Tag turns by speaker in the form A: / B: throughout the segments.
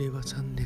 A: 令和3年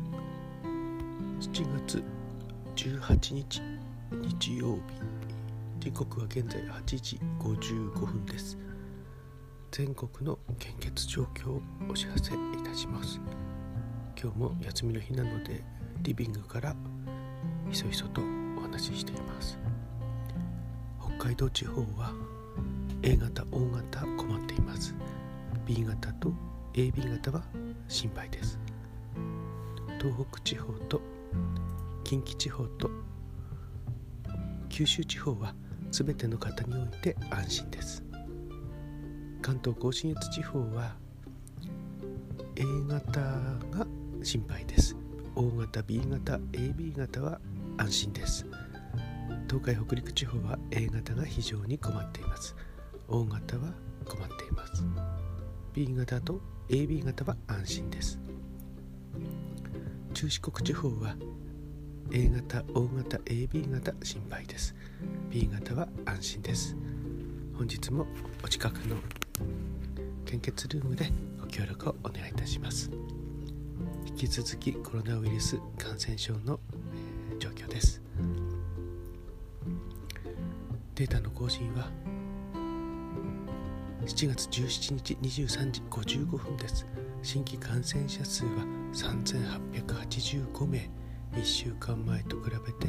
A: 7月18日日曜日、時刻は現在8時55分です。全国の献血状況をお知らせいたします。今日も休みの日なのでリビングからひそひそとお話ししています。北海道地方は A 型、O 型困っています。 B 型と AB 型は心配です。東北地方と近畿地方と九州地方はすべての方において安心です。関東甲信越地方は A 型が心配です。 O 型、B 型、AB 型は安心です。東海北陸地方は A 型が非常に困っています。 O 型は困っています。 B 型と AB 型は安心です。中四国地方は A 型、O 型、AB 型心配です。 B 型は安心です。本日もお近くの献血ルームでご協力をお願いいたします。引き続きコロナウイルス感染症の状況です。データの更新は7月17日23時55分です。新規感染者数は3885名、1週間前と比べて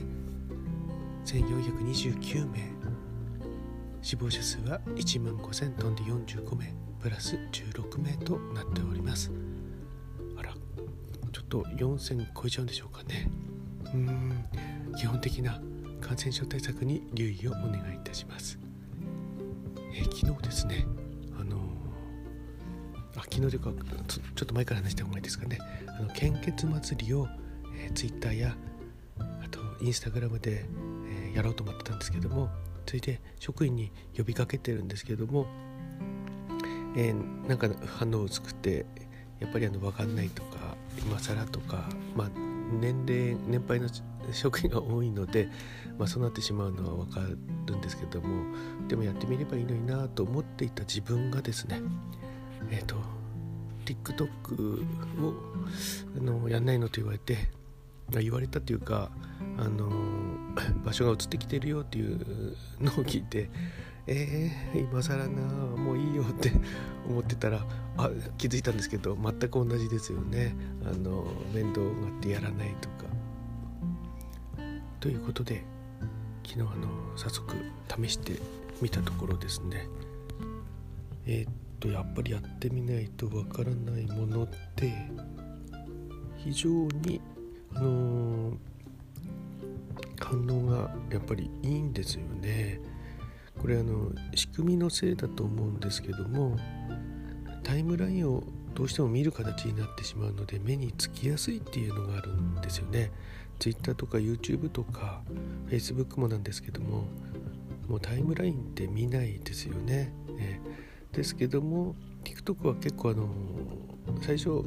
A: 1429名、死亡者数は15000飛んで45名プラス16名となっております。あら、ちょっと4000超えちゃうんでしょうかね。基本的な感染症対策に留意をお願いいたします。昨日ですね、昨日というかちょっと前から話した方がいいですかね。献血祭りを、ツイッターやあとインスタグラムで、やろうと思ってたんですけども、ついで職員に呼びかけてるんですけども、なんか反応薄くてやっぱり分かんないとか今更とか、年配の職員が多いので、そうなってしまうのは分かるんですけども、でもやってみればいいのになと思っていた自分がですね、TikTok をやんないのと言われて、言われたというか、場所が映ってきてるよっていうのを聞いて、今更なもういいよって思ってたら気づいたんですけど、全く同じですよね。面倒があってやらないとかということで、昨日早速試してみたところですね、やっぱりやってみないとわからないものって非常に反応がやっぱりいいんですよね。これ仕組みのせいだと思うんですけども、タイムラインをどうしても見る形になってしまうので目につきやすいっていうのがあるんですよね。 Twitter とか YouTube とか Facebook もなんですけども、もうタイムラインって見ないですよね。ですけども TikTok は結構最初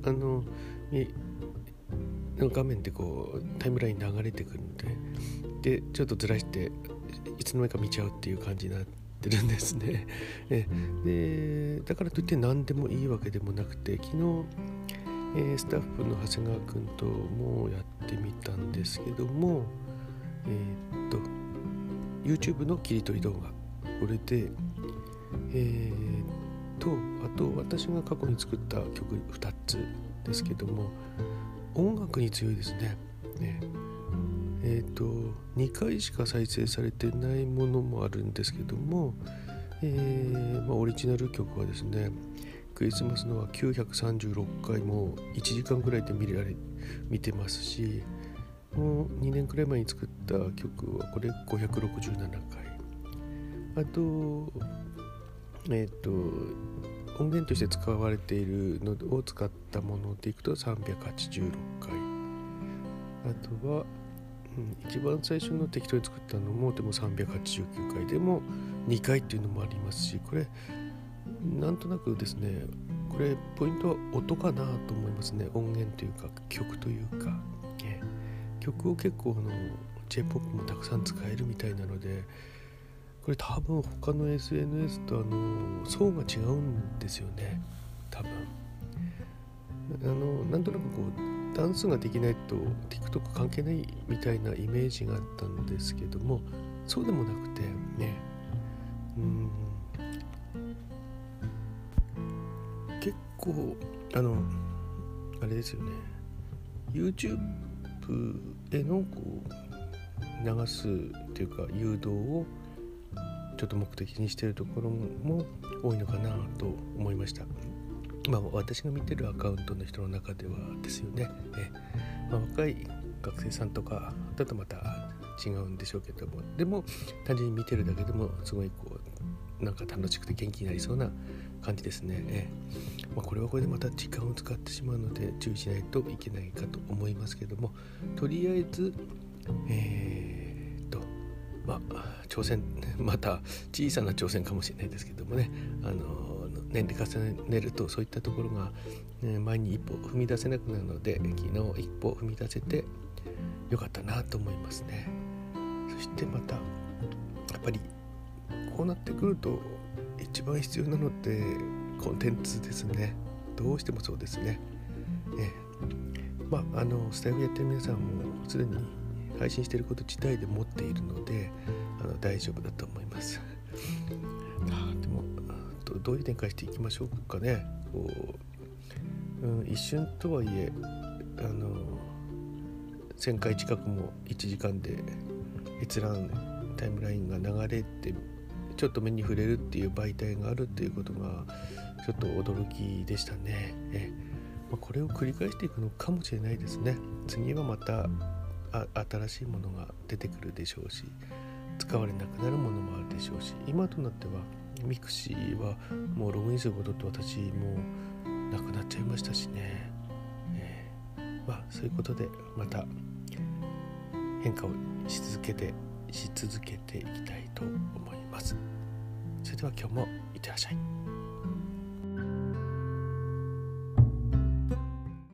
A: 画面でタイムライン流れてくるんでちょっとずらしていつの間にか見ちゃうっていう感じになってるんですね。でだからといって何でもいいわけでもなくて、昨日、スタッフの長谷川くんともやってみたんですけども、YouTube の切り取り動画、これであと私が過去に作った曲2つですけども、音楽に強いですね。2回しか再生されてないものもあるんですけども、オリジナル曲はですね、クリスマスのは936回も1時間ぐらいで見てますし、もう2年くらい前に作った曲はこれ567回、あと音源として使われているのを使ったものでいくと386回、あとは、一番最初の適当に作ったのもでも389回でも2回っていうのもありますし、これなんとなくですね、これポイントは音かなと思いますね。音源というか曲というか、曲を結構J-POP もたくさん使えるみたいなので、これ多分他の SNS と層が違うんですよね、多分。 なんとなくダンスができないと TikTok 関係ないみたいなイメージがあったんですけども、そうでもなくてね、結構あれですよね、 YouTube への流すっていうか誘導をちょっと目的にしているところも多いのかなと思いました。私が見てるアカウントの人の中ではですよね、若い学生さんとかだとまた違うんでしょうけども、でも単純に見てるだけでもすごいなんか楽しくて元気になりそうな感じですね。これはこれでまた時間を使ってしまうので注意しないといけないかと思いますけども、とりあえず挑戦、また小さな挑戦かもしれないですけどもね、年齢重ねるとそういったところが、前に一歩踏み出せなくなるので、昨日一歩踏み出せてよかったなと思いますね。そしてまたやっぱりこうなってくると一番必要なのってコンテンツですね。どうしてもそうですね。スタイフやってる皆さんもすでに配信していること自体で持っているので大丈夫だと思います。でもどういう展開していきましょうかね。一瞬とはいえ1000回近くも1時間で閲覧タイムラインが流れてちょっと目に触れるっていう媒体があるっていうことがちょっと驚きでしたね。これを繰り返していくのかもしれないですね。次はまた新しいものが出てくるでしょうし、使われなくなるものもあるでしょうし、今となってはミクシーはもうログインすることって私もなくなっちゃいましたしね。そういうことでまた変化をし続けていきたいと思います。それでは今日もいってらっしゃい。